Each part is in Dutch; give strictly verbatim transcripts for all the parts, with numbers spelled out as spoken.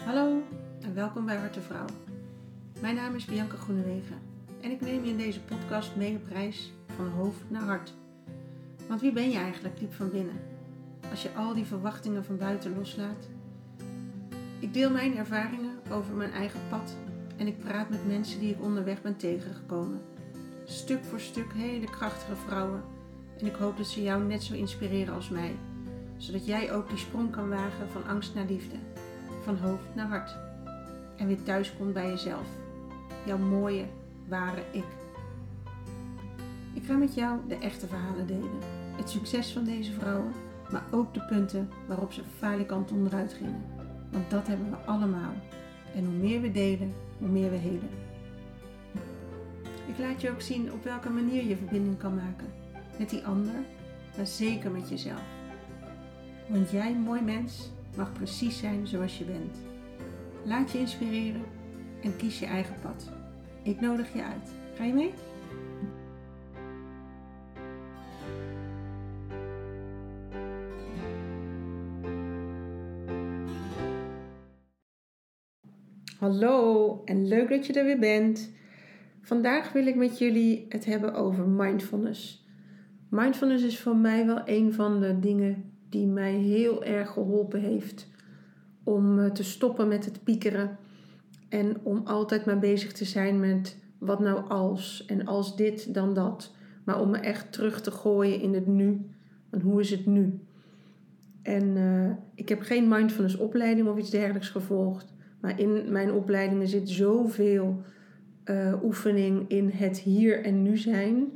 Hallo en welkom bij Hart de Vrouw. Mijn naam is Bianca Groenewegen en ik neem je in deze podcast mee op reis van hoofd naar hart. Want wie ben je eigenlijk diep van binnen, als je al die verwachtingen van buiten loslaat? Ik deel mijn ervaringen over mijn eigen pad en ik praat met mensen die ik onderweg ben tegengekomen. Stuk voor stuk hele krachtige vrouwen en ik hoop dat ze jou net zo inspireren als mij, zodat jij ook die sprong kan wagen van angst naar liefde. Van hoofd naar hart. En weer thuis komt bij jezelf. Jouw mooie, ware ik. Ik ga met jou de echte verhalen delen. Het succes van deze vrouwen, maar ook de punten waarop ze falikant onderuit gingen. Want dat hebben we allemaal. En hoe meer we delen, hoe meer we helen. Ik laat je ook zien op welke manier je verbinding kan maken. Met die ander, maar zeker met jezelf. Want jij, mooi mens, mag precies zijn zoals je bent. Laat je inspireren en kies je eigen pad. Ik nodig je uit. Ga je mee? Hallo en leuk dat je er weer bent. Vandaag wil ik met jullie het hebben over mindfulness. Mindfulness is voor mij wel een van de dingen die mij heel erg geholpen heeft om te stoppen met het piekeren en om altijd maar bezig te zijn met wat nou als en als dit dan dat. Maar om me echt terug te gooien in het nu. Want hoe is het nu? En uh, ik heb geen mindfulness opleiding of iets dergelijks gevolgd. Maar in mijn opleidingen zit zoveel uh, oefening in het hier en nu zijn.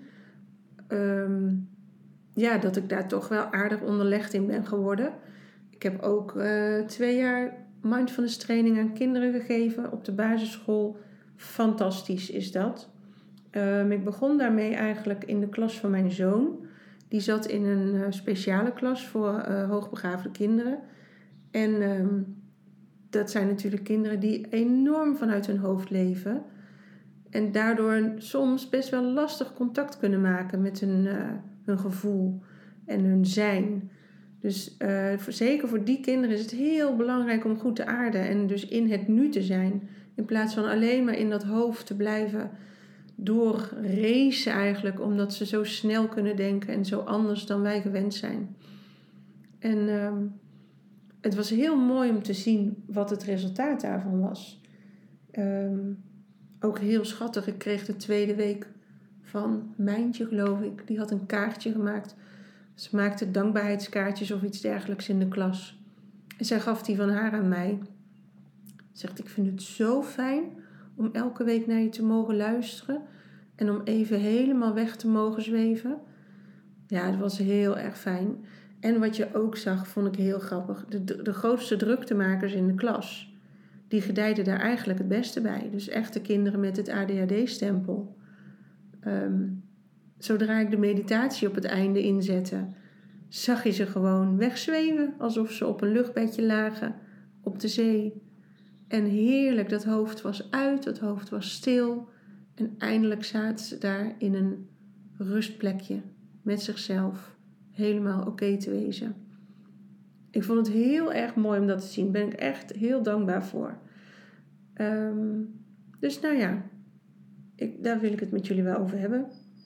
Um, ja, dat ik daar toch wel aardig onderlegd in ben geworden. Ik heb ook uh, twee jaar mindfulness training aan kinderen gegeven op de basisschool. Fantastisch is dat. Um, ik begon daarmee eigenlijk in de klas van mijn zoon. Die zat in een uh, speciale klas voor uh, hoogbegaafde kinderen. En um, dat zijn natuurlijk kinderen die enorm vanuit hun hoofd leven. En daardoor soms best wel lastig contact kunnen maken met hun, uh, hun gevoel en hun zijn. Dus uh, voor, zeker voor die kinderen is het heel belangrijk om goed te aarden en dus in het nu te zijn. In plaats van alleen maar in dat hoofd te blijven doorracen eigenlijk, omdat ze zo snel kunnen denken en zo anders dan wij gewend zijn. En uh, het was heel mooi om te zien wat het resultaat daarvan was. Um, ook heel schattig, ik kreeg de tweede week van Mijntje, geloof ik. Die had een kaartje gemaakt. Ze maakte dankbaarheidskaartjes of iets dergelijks in de klas. En zij gaf die van haar aan mij. Zegt, ik vind het zo fijn om elke week naar je te mogen luisteren. En om even helemaal weg te mogen zweven. Ja, dat was heel erg fijn. En wat je ook zag, vond ik heel grappig. De, de, de grootste druktemakers in de klas, die gedijden daar eigenlijk het beste bij. Dus echte kinderen met het A D H D-stempel. Um, Zodra ik de meditatie op het einde inzette, zag je ze gewoon wegzweven. Alsof ze op een luchtbedje lagen op de zee. En heerlijk, dat hoofd was uit, dat hoofd was stil. En eindelijk zaten ze daar in een rustplekje met zichzelf. Helemaal oké te wezen. Ik vond het heel erg mooi om dat te zien. Daar ben ik echt heel dankbaar voor. Um, dus nou ja, ik, daar wil ik het met jullie wel over hebben.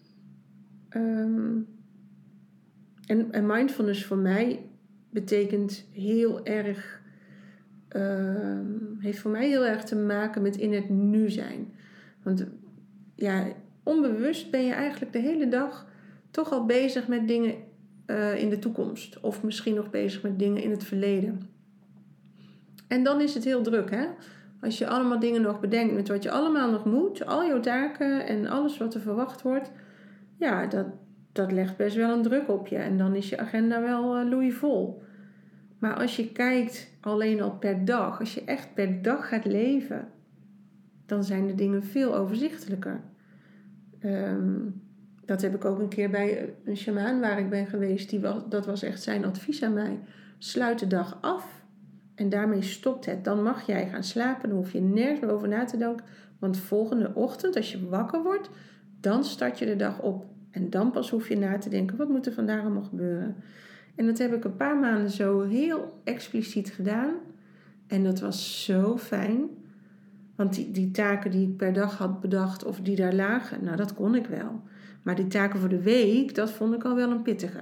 Um, en, en mindfulness voor mij betekent heel erg, uh, heeft voor mij heel erg te maken met in het nu zijn. Want ja, onbewust ben je eigenlijk de hele dag toch al bezig met dingen uh, in de toekomst. Of misschien nog bezig met dingen in het verleden. En dan is het heel druk, hè? Als je allemaal dingen nog bedenkt met wat je allemaal nog moet, al jouw taken en alles wat er verwacht wordt, ja, dat, dat legt best wel een druk op je. En dan is je agenda wel uh, loeivol. Maar als je kijkt alleen al per dag, als je echt per dag gaat leven, dan zijn de dingen veel overzichtelijker. Um, dat heb ik ook een keer bij een sjamaan waar ik ben geweest. Die was, dat was echt zijn advies aan mij. Sluit de dag af. En daarmee stopt het. Dan mag jij gaan slapen. Dan hoef je nergens meer over na te denken. Want volgende ochtend, als je wakker wordt, dan start je de dag op. En dan pas hoef je na te denken, wat moet er vandaag allemaal gebeuren? En dat heb ik een paar maanden zo heel expliciet gedaan. En dat was zo fijn. Want die, die taken die ik per dag had bedacht of die daar lagen, nou dat kon ik wel. Maar die taken voor de week, dat vond ik al wel een pittige.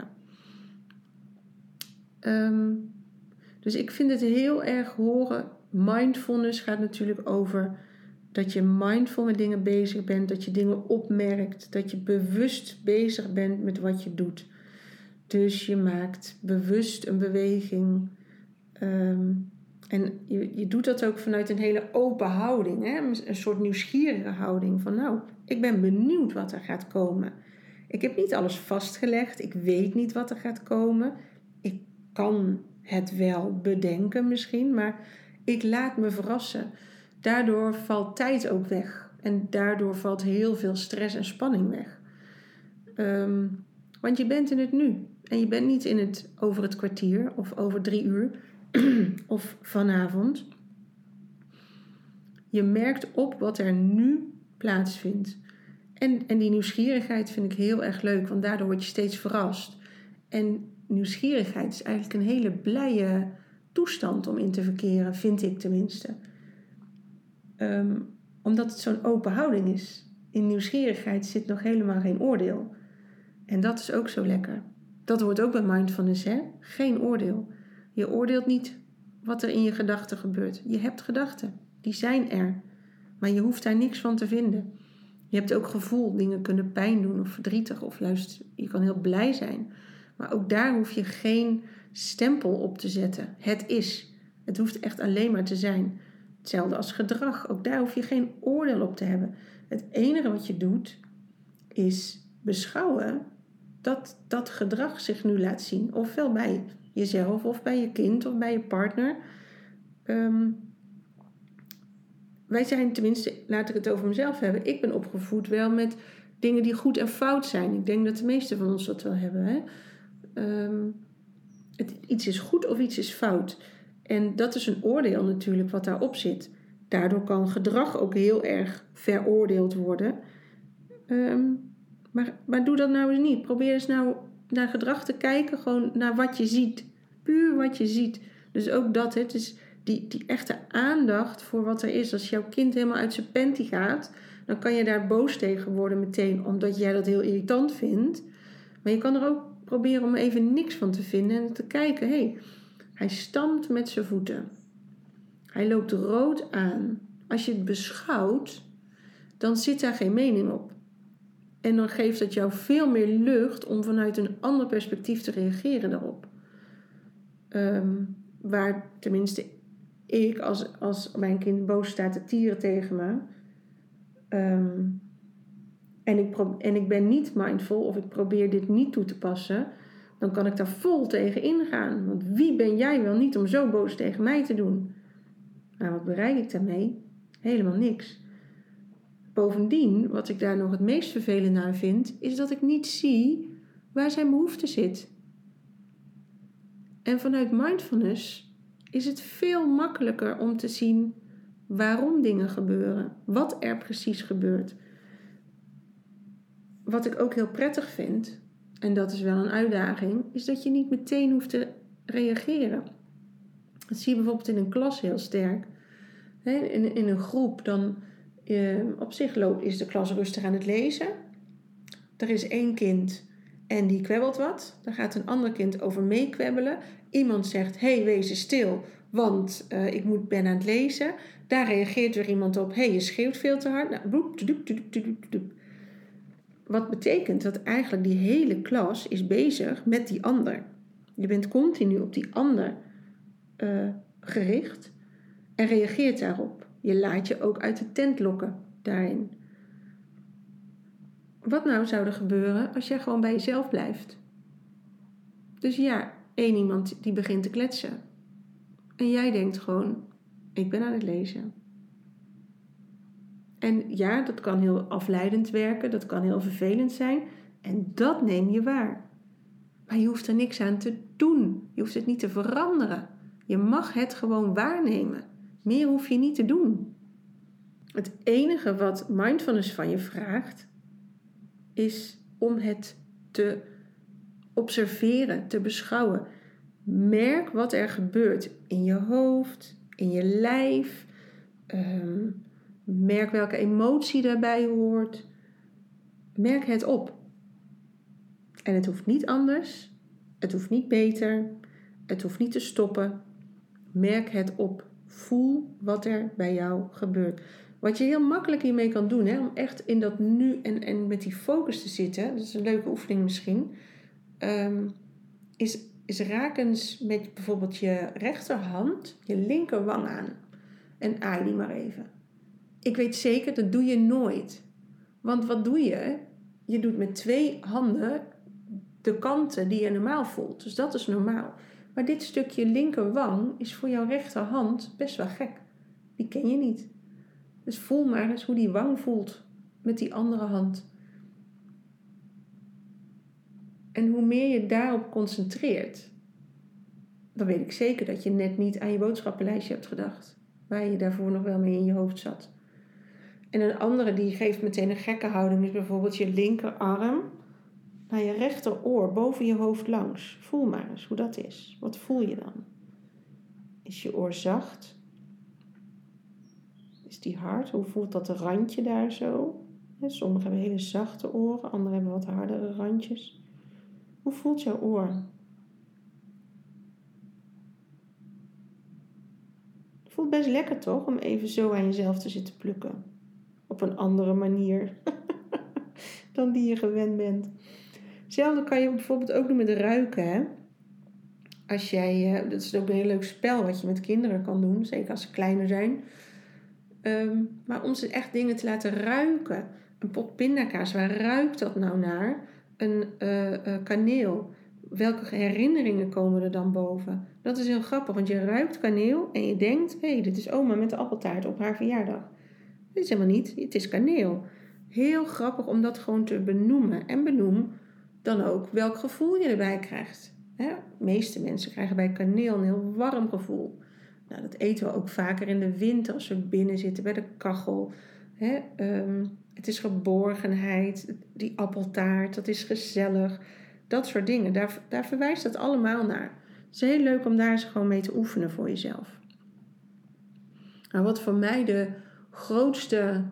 Um, dus ik vind het heel erg horen. Mindfulness gaat natuurlijk over dat je mindful met dingen bezig bent. Dat je dingen opmerkt. Dat je bewust bezig bent met wat je doet. Dus je maakt bewust een beweging. Um, en je, je doet dat ook vanuit een hele open houding. Hè? Een soort nieuwsgierige houding. Van nou, ik ben benieuwd wat er gaat komen. Ik heb niet alles vastgelegd. Ik weet niet wat er gaat komen. Ik kan het wel bedenken misschien. Maar ik laat me verrassen. Daardoor valt tijd ook weg. En daardoor valt heel veel stress en spanning weg. Um, want je bent in het nu. En je bent niet in het over het kwartier of over drie uur of vanavond. Je merkt op wat er nu plaatsvindt. En, en die nieuwsgierigheid vind ik heel erg leuk, want daardoor word je steeds verrast. En nieuwsgierigheid is eigenlijk een hele blije toestand om in te verkeren, vind ik tenminste. Um, omdat het zo'n open houding is. In nieuwsgierigheid zit nog helemaal geen oordeel. En dat is ook zo lekker. Dat hoort ook bij mindfulness, hè? Geen oordeel. Je oordeelt niet wat er in je gedachten gebeurt. Je hebt gedachten. Die zijn er. Maar je hoeft daar niks van te vinden. Je hebt ook gevoel. Dingen kunnen pijn doen of verdrietig. Of juist, je kan heel blij zijn. Maar ook daar hoef je geen stempel op te zetten. Het is. Het hoeft echt alleen maar te zijn. Hetzelfde als gedrag. Ook daar hoef je geen oordeel op te hebben. Het enige wat je doet, is beschouwen dat dat gedrag zich nu laat zien. Ofwel bij jezelf, of bij je kind, of bij je partner. Um, wij zijn, tenminste, laat ik het over mezelf hebben. Ik ben opgevoed wel met dingen die goed en fout zijn. Ik denk dat de meesten van ons dat wel hebben. Hè? Um, het, iets is goed of iets is fout. En dat is een oordeel natuurlijk wat daarop zit. Daardoor kan gedrag ook heel erg veroordeeld worden. Um, maar, maar doe dat nou eens niet. Probeer eens nou naar gedrag te kijken. Gewoon naar wat je ziet. Puur wat je ziet. Dus ook dat. Het is die, die echte aandacht voor wat er is. Als jouw kind helemaal uit zijn panty gaat, dan kan je daar boos tegen worden meteen. Omdat jij dat heel irritant vindt. Maar je kan er ook proberen om even niks van te vinden. En te kijken. Hé, hey, hij stampt met zijn voeten. Hij loopt rood aan. Als je het beschouwt, dan zit daar geen mening op. En dan geeft het jou veel meer lucht om vanuit een ander perspectief te reageren daarop. Um, waar tenminste ik, als, als mijn kind boos staat te tieren tegen me. Um, en, ik pro- en ik ben niet mindful of ik probeer dit niet toe te passen. Dan kan ik daar vol tegen ingaan. Want wie ben jij wel niet om zo boos tegen mij te doen? Nou, wat bereik ik daarmee? Helemaal niks. Bovendien, wat ik daar nog het meest vervelend aan vind, is dat ik niet zie waar zijn behoefte zit. En vanuit mindfulness is het veel makkelijker om te zien waarom dingen gebeuren. Wat er precies gebeurt. Wat ik ook heel prettig vind, en dat is wel een uitdaging, is dat je niet meteen hoeft te reageren. Dat zie je bijvoorbeeld in een klas heel sterk. In, in een groep, dan uh, op zich loopt, is de klas rustig aan het lezen. Er is één kind en die kwebbelt wat. Daar gaat een ander kind over meekwebbelen. Iemand zegt, hé, hey, wees eens stil, want uh, ik moet, ben aan het lezen. Daar reageert weer iemand op, hé, hey, je schreeuwt veel te hard. Nou, boep, doep, doep, doep, doep. Wat betekent dat eigenlijk die hele klas is bezig met die ander. Je bent continu op die ander uh, gericht en reageert daarop. Je laat je ook uit de tent lokken daarin. Wat nou zou er gebeuren als jij gewoon bij jezelf blijft? Dus ja, één iemand die begint te kletsen. En jij denkt gewoon, ik ben aan het lezen. En ja, dat kan heel afleidend werken, dat kan heel vervelend zijn. En dat neem je waar. Maar je hoeft er niks aan te doen. Je hoeft het niet te veranderen. Je mag het gewoon waarnemen. Meer hoef je niet te doen. Het enige wat mindfulness van je vraagt, is om het te observeren, te beschouwen. Merk wat er gebeurt in je hoofd, in je lijf. Um, merk welke emotie daarbij hoort. Merk het op. En het hoeft niet anders. Het hoeft niet beter. Het hoeft niet te stoppen. Merk het op. Voel wat er bij jou gebeurt. Wat je heel makkelijk hiermee kan doen, hè, om echt in dat nu en, en met die focus te zitten, dat is een leuke oefening misschien, um, is, is raak eens met bijvoorbeeld je rechterhand je linkerwang aan. En aai die maar even. Ik weet zeker, dat doe je nooit. Want wat doe je? Je doet met twee handen de kanten die je normaal voelt. Dus dat is normaal. Maar dit stukje linkerwang is voor jouw rechterhand best wel gek. Die ken je niet. Dus voel maar eens hoe die wang voelt met die andere hand. En hoe meer je daarop concentreert, dan weet ik zeker dat je net niet aan je boodschappenlijstje hebt gedacht. Waar je daarvoor nog wel mee in je hoofd zat. En een andere die geeft meteen een gekke houding is bijvoorbeeld je linkerarm naar je rechteroor boven je hoofd langs. Voel maar eens hoe dat is. Wat voel je dan? Is je oor zacht? Is die hard? Hoe voelt dat randje daar zo? Sommigen hebben hele zachte oren, anderen hebben wat hardere randjes. Hoe voelt jouw oor? Het voelt best lekker toch, om even zo aan jezelf te zitten plukken. Op een andere manier dan die je gewend bent. Hetzelfde kan je bijvoorbeeld ook doen met ruiken. Hè? Als jij, dat is ook een heel leuk spel wat je met kinderen kan doen, zeker als ze kleiner zijn. Um, maar om ze echt dingen te laten ruiken. Een pot pindakaas, waar ruikt dat nou naar? Een uh, uh, kaneel. Welke herinneringen komen er dan boven? Dat is heel grappig, want je ruikt kaneel en je denkt, hé, hey, dit is oma met de appeltaart op haar verjaardag. Dit is helemaal niet, het is kaneel. Heel grappig om dat gewoon te benoemen. En benoem dan ook welk gevoel je erbij krijgt. Hè? De meeste mensen krijgen bij kaneel een heel warm gevoel. Nou, dat eten we ook vaker in de winter als we binnen zitten bij de kachel. Hè? Um, het is geborgenheid, die appeltaart, dat is gezellig. Dat soort dingen, daar, daar verwijst dat allemaal naar. Het is heel leuk om daar eens gewoon mee te oefenen voor jezelf. Nou, wat voor mij de grootste,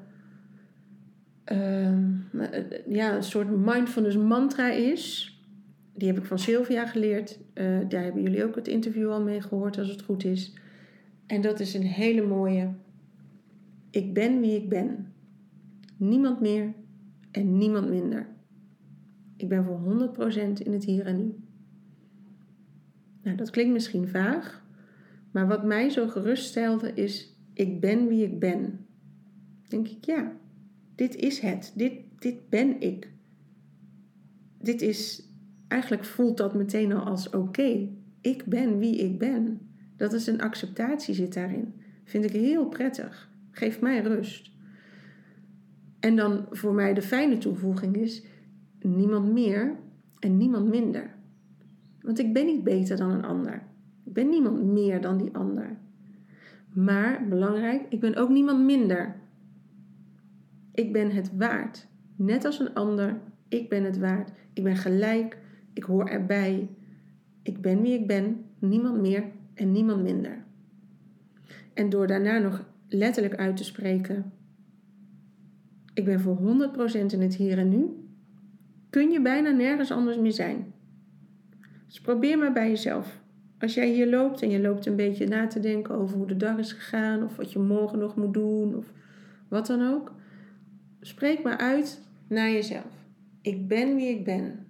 um, ja, een soort mindfulness mantra is, die heb ik van Sylvia geleerd. Uh, daar hebben jullie ook het interview al mee gehoord als het goed is. En dat is een hele mooie. Ik ben wie ik ben. Niemand meer en niemand minder. Ik ben voor honderd procent in het hier en nu. Nou, dat klinkt misschien vaag. Maar wat mij zo geruststelde is, ik ben wie ik ben. Denk ik, ja, dit is het. Dit, dit ben ik. Dit is, eigenlijk voelt dat meteen al als oké. Ik ben wie ik ben. Dat is een acceptatie zit daarin. Vind ik heel prettig. Geeft mij rust. En dan voor mij de fijne toevoeging is, niemand meer en niemand minder. Want ik ben niet beter dan een ander. Ik ben niemand meer dan die ander. Maar, belangrijk, ik ben ook niemand minder. Ik ben het waard. Net als een ander, ik ben het waard. Ik ben gelijk, ik hoor erbij. Ik ben wie ik ben, niemand meer en niemand minder. En door daarna nog letterlijk uit te spreken, ik ben voor honderd procent in het hier en nu, kun je bijna nergens anders meer zijn. Dus probeer maar bij jezelf. Als jij hier loopt en je loopt een beetje na te denken over hoe de dag is gegaan, of wat je morgen nog moet doen, of wat dan ook, spreek maar uit naar jezelf. Ik ben wie ik ben.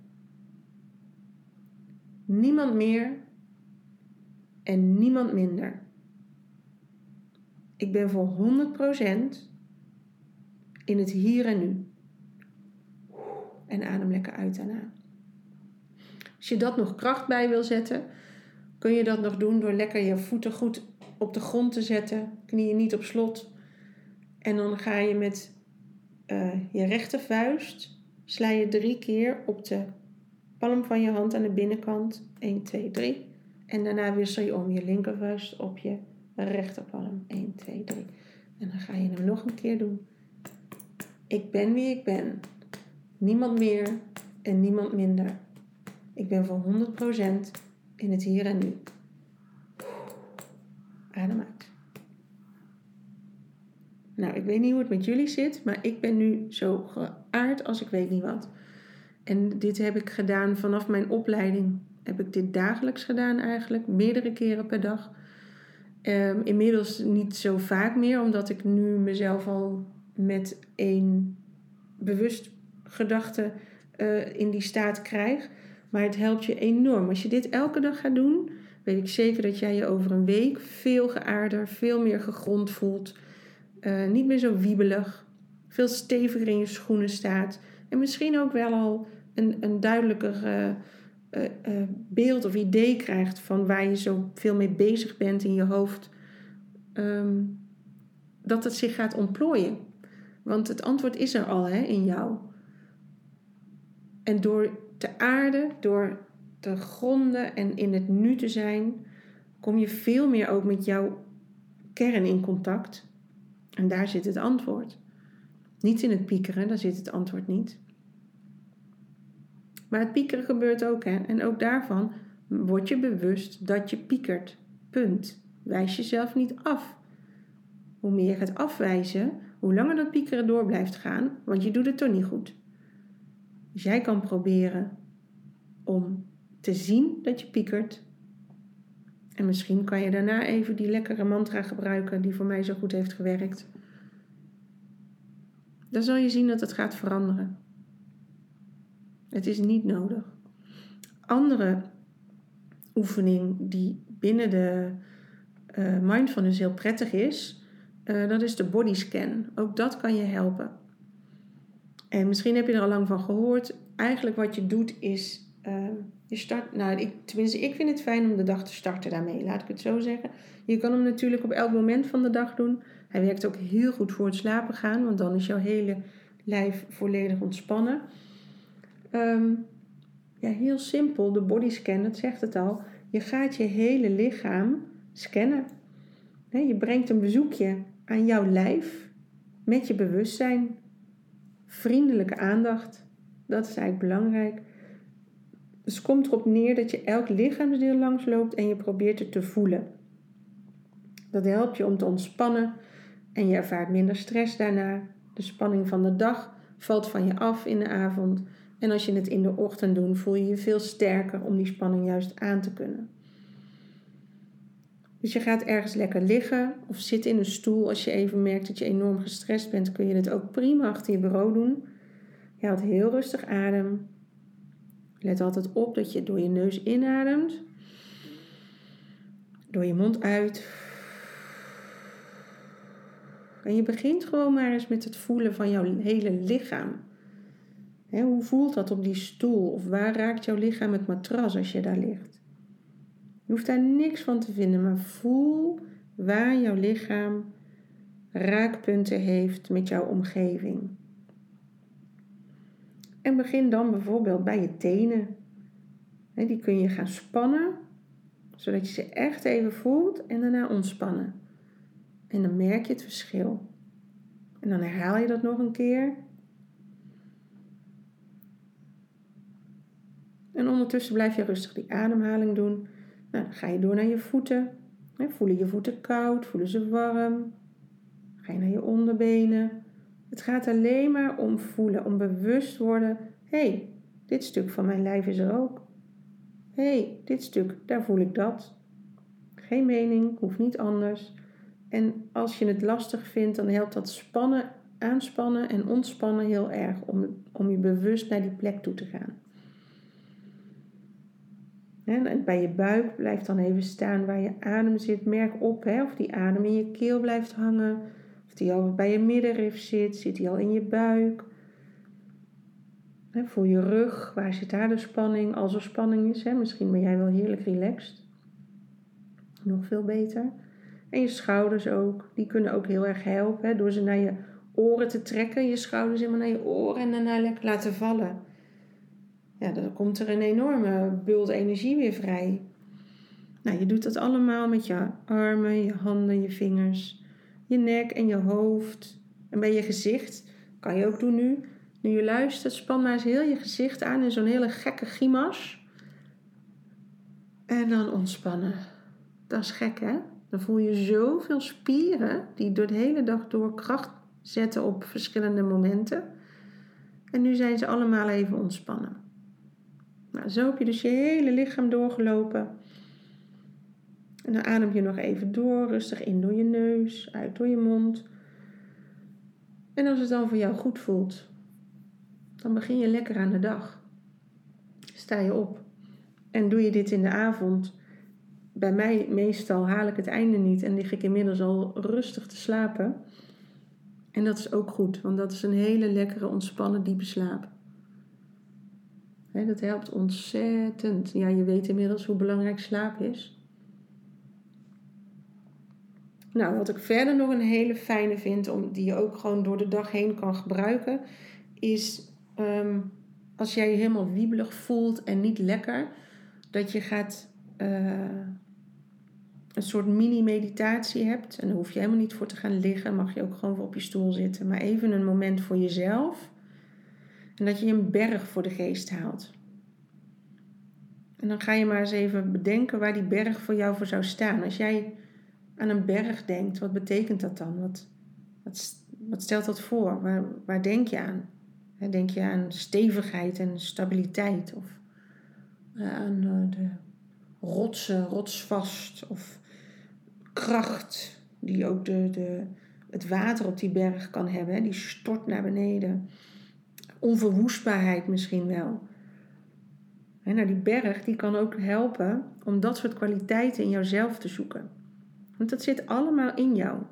Niemand meer en niemand minder. Ik ben voor honderd procent in het hier en nu. En adem lekker uit daarna. Als je dat nog kracht bij wil zetten, kun je dat nog doen door lekker je voeten goed op de grond te zetten. Knieën niet op slot. En dan ga je met uh, je rechtervuist, sla je drie keer op de palm van je hand aan de binnenkant. één, twee, drie. En daarna wissel je om je linkervuist op je rechterpalm. één, twee, drie. En dan ga je hem nog een keer doen. Ik ben wie ik ben. Niemand meer en niemand minder. Ik ben voor honderd procent in het hier en nu. Adem uit. Nou, ik weet niet hoe het met jullie zit, maar ik ben nu zo geaard als ik weet niet wat. En dit heb ik gedaan vanaf mijn opleiding. Heb ik dit dagelijks gedaan eigenlijk, meerdere keren per dag. Um, inmiddels niet zo vaak meer, omdat ik nu mezelf al met één bewust gedachte uh, in die staat krijg. Maar het helpt je enorm. Als je dit elke dag gaat doen, weet ik zeker dat jij je over een week veel geaarder, veel meer gegrond voelt. Uh, niet meer zo wiebelig, veel steviger in je schoenen staat. En misschien ook wel al een, een duidelijker uh, uh, uh, beeld of idee krijgt van waar je zo veel mee bezig bent in je hoofd. Um, dat het zich gaat ontplooien. Want het antwoord is er al, hè, in jou. En door te aarden, door te gronden en in het nu te zijn, kom je veel meer ook met jouw kern in contact. En daar zit het antwoord. Niet in het piekeren, daar zit het antwoord niet. Maar het piekeren gebeurt ook, hè. En ook daarvan word je bewust dat je piekert. Punt. Wijs jezelf niet af. Hoe meer je gaat afwijzen, hoe langer dat piekeren door blijft gaan, want je doet het toch niet goed. Dus jij kan proberen om te zien dat je piekert. En misschien kan je daarna even die lekkere mantra gebruiken die voor mij zo goed heeft gewerkt. Dan zal je zien dat het gaat veranderen. Het is niet nodig. Andere oefening die binnen de uh, mindfulness heel prettig is, uh, dat is de bodyscan. Ook dat kan je helpen. En misschien heb je er al lang van gehoord. Eigenlijk wat je doet is, uh, je start, nou, ik, tenminste ik vind het fijn om de dag te starten daarmee, laat ik het zo zeggen. Je kan hem natuurlijk op elk moment van de dag doen. Hij werkt ook heel goed voor het slapen gaan, want dan is jouw hele lijf volledig ontspannen. Um, ja, heel simpel, de bodyscan, dat zegt het al. Je gaat je hele lichaam scannen. Nee, je brengt een bezoekje aan jouw lijf met je bewustzijn. Vriendelijke aandacht, dat is eigenlijk belangrijk. Dus het komt erop neer dat je elk lichaamsdeel langsloopt en je probeert het te voelen. Dat helpt je om te ontspannen en je ervaart minder stress daarna. De spanning van de dag valt van je af in de avond. En als je het in de ochtend doet, voel je je veel sterker om die spanning juist aan te kunnen. Dus je gaat ergens lekker liggen of zit in een stoel. Als je even merkt dat je enorm gestrest bent, kun je dit ook prima achter je bureau doen. Je haalt heel rustig adem. Let altijd op dat je door je neus inademt. Door je mond uit. En je begint gewoon maar eens met het voelen van jouw hele lichaam. He, hoe voelt dat op die stoel? Of waar raakt jouw lichaam het matras als je daar ligt? Je hoeft daar niks van te vinden, maar voel waar jouw lichaam raakpunten heeft met jouw omgeving. En begin dan bijvoorbeeld bij je tenen. He, die kun je gaan spannen, zodat je ze echt even voelt en daarna ontspannen. En dan merk je het verschil. En dan herhaal je dat nog een keer. En ondertussen blijf je rustig die ademhaling doen. Nou, dan ga je door naar je voeten. Voelen je voeten koud? Voelen ze warm? Ga je naar je onderbenen? Het gaat alleen maar om voelen, om bewust worden. Hé, hey, dit stuk van mijn lijf is er ook. Hé, hey, dit stuk, daar voel ik dat. Geen mening, hoeft niet anders. En als je het lastig vindt, dan helpt dat spannen, aanspannen en ontspannen heel erg om, om je bewust naar die plek toe te gaan. En bij je buik blijf dan even staan waar je adem zit. Merk op hè, of die adem in je keel blijft hangen. Of die al bij je middenrif zit. Zit die al in je buik. He, voel je rug. Waar zit daar de spanning? Als er spanning is. Hè, misschien ben jij wel heerlijk relaxed. Nog veel beter. En je schouders ook. Die kunnen ook heel erg helpen. Hè, door ze naar je oren te trekken. Je schouders helemaal naar je oren. En daarna lekker laten vallen. Ja, dan komt er een enorme bult energie weer vrij. Nou, je doet dat allemaal met je armen, je handen, je vingers, je nek en je hoofd. En bij je gezicht, kan je ook doen nu. Nu je luistert, span maar eens heel je gezicht aan in zo'n hele gekke grimas. En dan ontspannen. Dat is gek, hè? Dan voel je zoveel spieren die door de hele dag door kracht zetten op verschillende momenten. En nu zijn ze allemaal even ontspannen. Nou, zo heb je dus je hele lichaam doorgelopen. En dan adem je nog even door, rustig in door je neus, uit door je mond. En als het dan voor jou goed voelt, dan begin je lekker aan de dag. Sta je op en doe je dit in de avond. Bij mij meestal haal ik het einde niet en lig ik inmiddels al rustig te slapen. En dat is ook goed, want dat is een hele lekkere, ontspannen, diepe slaap. He, dat helpt ontzettend. Ja, je weet inmiddels hoe belangrijk slaap is. Nou, wat ik verder nog een hele fijne vind, om, die je ook gewoon door de dag heen kan gebruiken, is um, als jij je helemaal wiebelig voelt en niet lekker, dat je gaat uh, een soort mini-meditatie hebt. En daar hoef je helemaal niet voor te gaan liggen, mag je ook gewoon voor op je stoel zitten. Maar even een moment voor jezelf. En dat je een berg voor de geest haalt. En dan ga je maar eens even bedenken waar die berg voor jou voor zou staan. Als jij aan een berg denkt, wat betekent dat dan? Wat, wat, wat stelt dat voor? Waar, waar denk je aan? Denk je aan stevigheid en stabiliteit? Of aan de rotsen, rotsvast? Of kracht die ook de, de, het water op die berg kan hebben. Die stort naar beneden. Onverwoestbaarheid misschien wel. En nou, die berg die kan ook helpen om dat soort kwaliteiten in jouzelf te zoeken. Want dat zit allemaal in jou.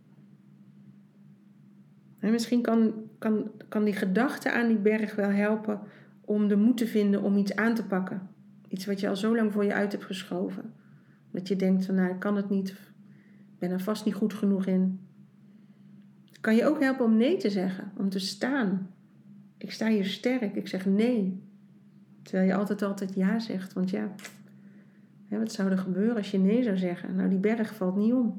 En misschien kan, kan, kan die gedachte aan die berg wel helpen om de moed te vinden om iets aan te pakken. Iets wat je al zo lang voor je uit hebt geschoven. Dat je denkt van nou, ik kan het niet. Ik ben er vast niet goed genoeg in. Het kan je ook helpen om nee te zeggen. Om te staan. Ik sta hier sterk. Ik zeg nee. Terwijl je altijd altijd ja zegt. Want ja, hè, wat zou er gebeuren als je nee zou zeggen? Nou, die berg valt niet om.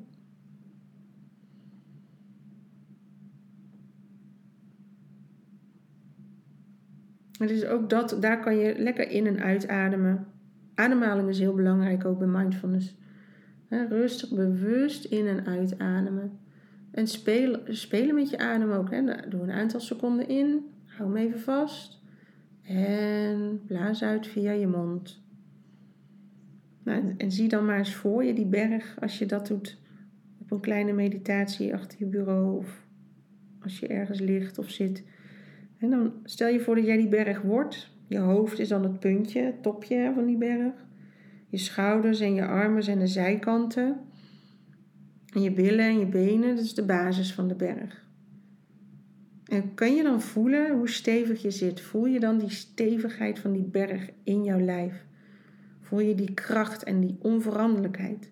En dus ook dat, daar kan je lekker in en uitademen. Ademhaling is heel belangrijk ook bij mindfulness. Hè, rustig, bewust in en uitademen. En spelen, spelen met je adem ook. Hè. Nou, doe een aantal seconden in. Hou hem even vast. En blaas uit via je mond. Nou, en zie dan maar eens voor je die berg als je dat doet op een kleine meditatie achter je bureau of als je ergens ligt of zit. En dan stel je voor dat jij die berg wordt. Je hoofd is dan het puntje, het topje van die berg. Je schouders en je armen zijn de zijkanten. En je billen en je benen, dat is de basis van de berg. En kan je dan voelen hoe stevig je zit? Voel je dan die stevigheid van die berg in jouw lijf? Voel je die kracht en die onveranderlijkheid?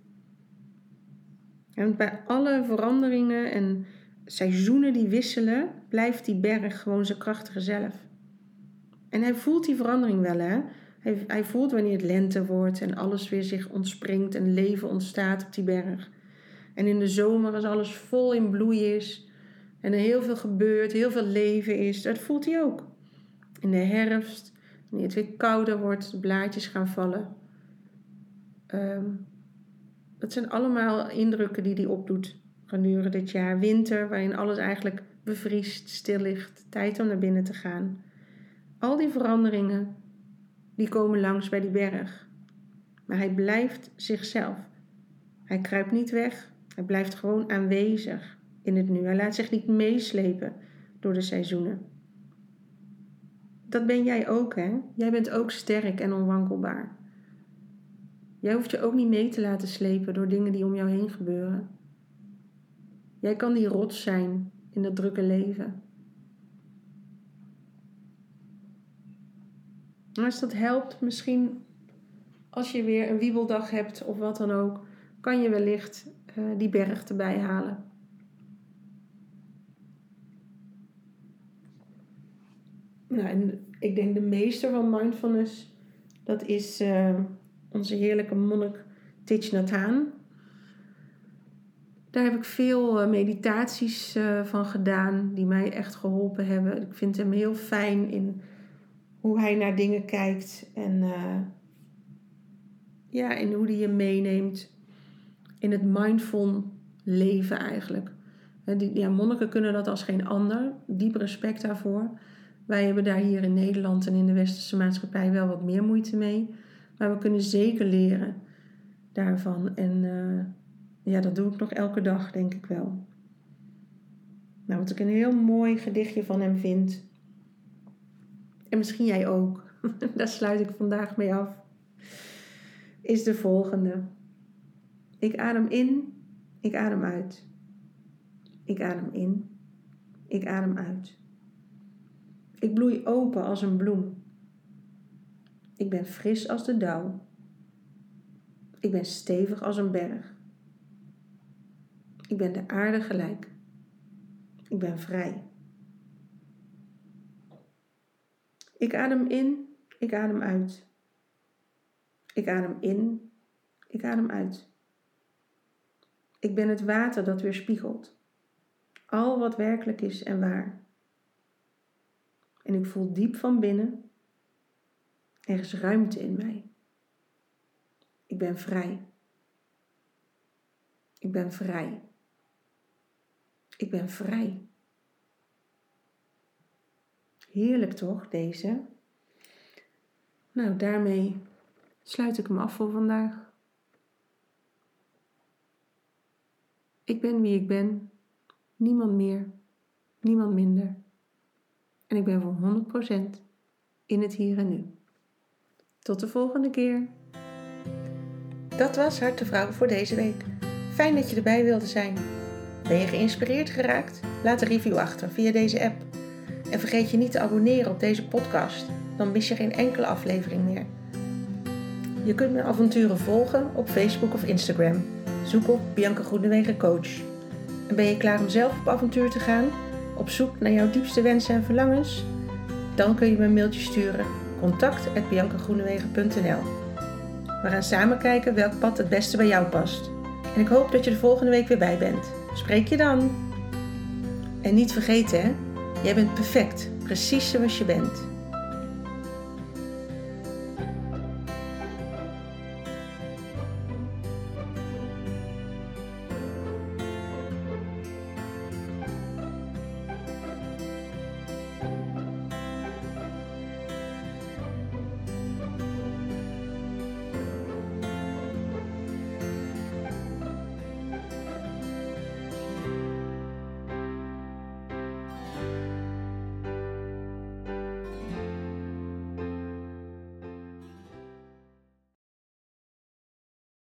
En bij alle veranderingen en seizoenen die wisselen, blijft die berg gewoon zijn krachtige zelf. En hij voelt die verandering wel, hè? Hij, hij voelt wanneer het lente wordt en alles weer zich ontspringt en leven ontstaat op die berg. En in de zomer als alles vol in bloei is en er heel veel gebeurt, heel veel leven is, dat voelt hij ook. In de herfst, wanneer het weer kouder wordt, de blaadjes gaan vallen. Um, dat zijn allemaal indrukken die hij opdoet gedurende dit jaar. Winter, waarin alles eigenlijk bevriest, stil ligt, tijd om naar binnen te gaan. Al die veranderingen, die komen langs bij die berg. Maar hij blijft zichzelf. Hij kruipt niet weg, hij blijft gewoon aanwezig in het nu. Hij laat zich niet meeslepen door de seizoenen. Dat ben jij ook, hè? Jij bent ook sterk en onwankelbaar. Jij hoeft je ook niet mee te laten slepen door dingen die om jou heen gebeuren. Jij kan die rots zijn in dat drukke leven. Maar als dat helpt, misschien als je weer een wiebeldag hebt of wat dan ook, kan je wellicht uh, die berg erbij halen. Nou, en ik denk de meester van mindfulness, dat is uh, onze heerlijke monnik Thich Nhat Hanh. Daar heb ik veel uh, meditaties uh, van gedaan die mij echt geholpen hebben. Ik vind hem heel fijn in hoe hij naar dingen kijkt en uh, ja, in hoe hij je meeneemt. in het mindful leven eigenlijk. Die, ja, monniken kunnen dat als geen ander. Diep respect daarvoor. Wij hebben daar hier in Nederland en in de westerse maatschappij wel wat meer moeite mee. Maar we kunnen zeker leren daarvan. En uh, ja, dat doe ik nog elke dag, denk ik wel. Nou, wat ik een heel mooi gedichtje van hem vind. En misschien jij ook. Daar sluit ik vandaag mee af. Is de volgende. Ik adem in, ik adem uit. Ik adem in, ik adem uit. Ik bloei open als een bloem. Ik ben fris als de dauw. Ik ben stevig als een berg. Ik ben de aarde gelijk. Ik ben vrij. Ik adem in, ik adem uit. Ik adem in, ik adem uit. Ik ben het water dat weerspiegelt. Al wat werkelijk is en waar. En ik voel diep van binnen. Er is ruimte in mij. Ik ben vrij. Ik ben vrij. Ik ben vrij. Heerlijk toch, deze? Nou, daarmee sluit ik hem af voor vandaag. Ik ben wie ik ben. Niemand meer. Niemand minder. En ik ben voor honderd procent in het hier en nu. Tot de volgende keer. Dat was Hart de Vrouw voor deze week. Fijn dat je erbij wilde zijn. Ben je geïnspireerd geraakt? Laat een review achter via deze app. En vergeet je niet te abonneren op deze podcast. Dan mis je geen enkele aflevering meer. Je kunt mijn avonturen volgen op Facebook of Instagram. Zoek op Bianca Groenewegen Coach. En ben je klaar om zelf op avontuur te gaan? Op zoek naar jouw diepste wensen en verlangens? Dan kun je me een mailtje sturen. contact at bianca groenewegen punt n l. We gaan samen kijken welk pad het beste bij jou past. En ik hoop dat je er volgende week weer bij bent. Spreek je dan. En niet vergeten hè, jij bent perfect, precies zoals je bent.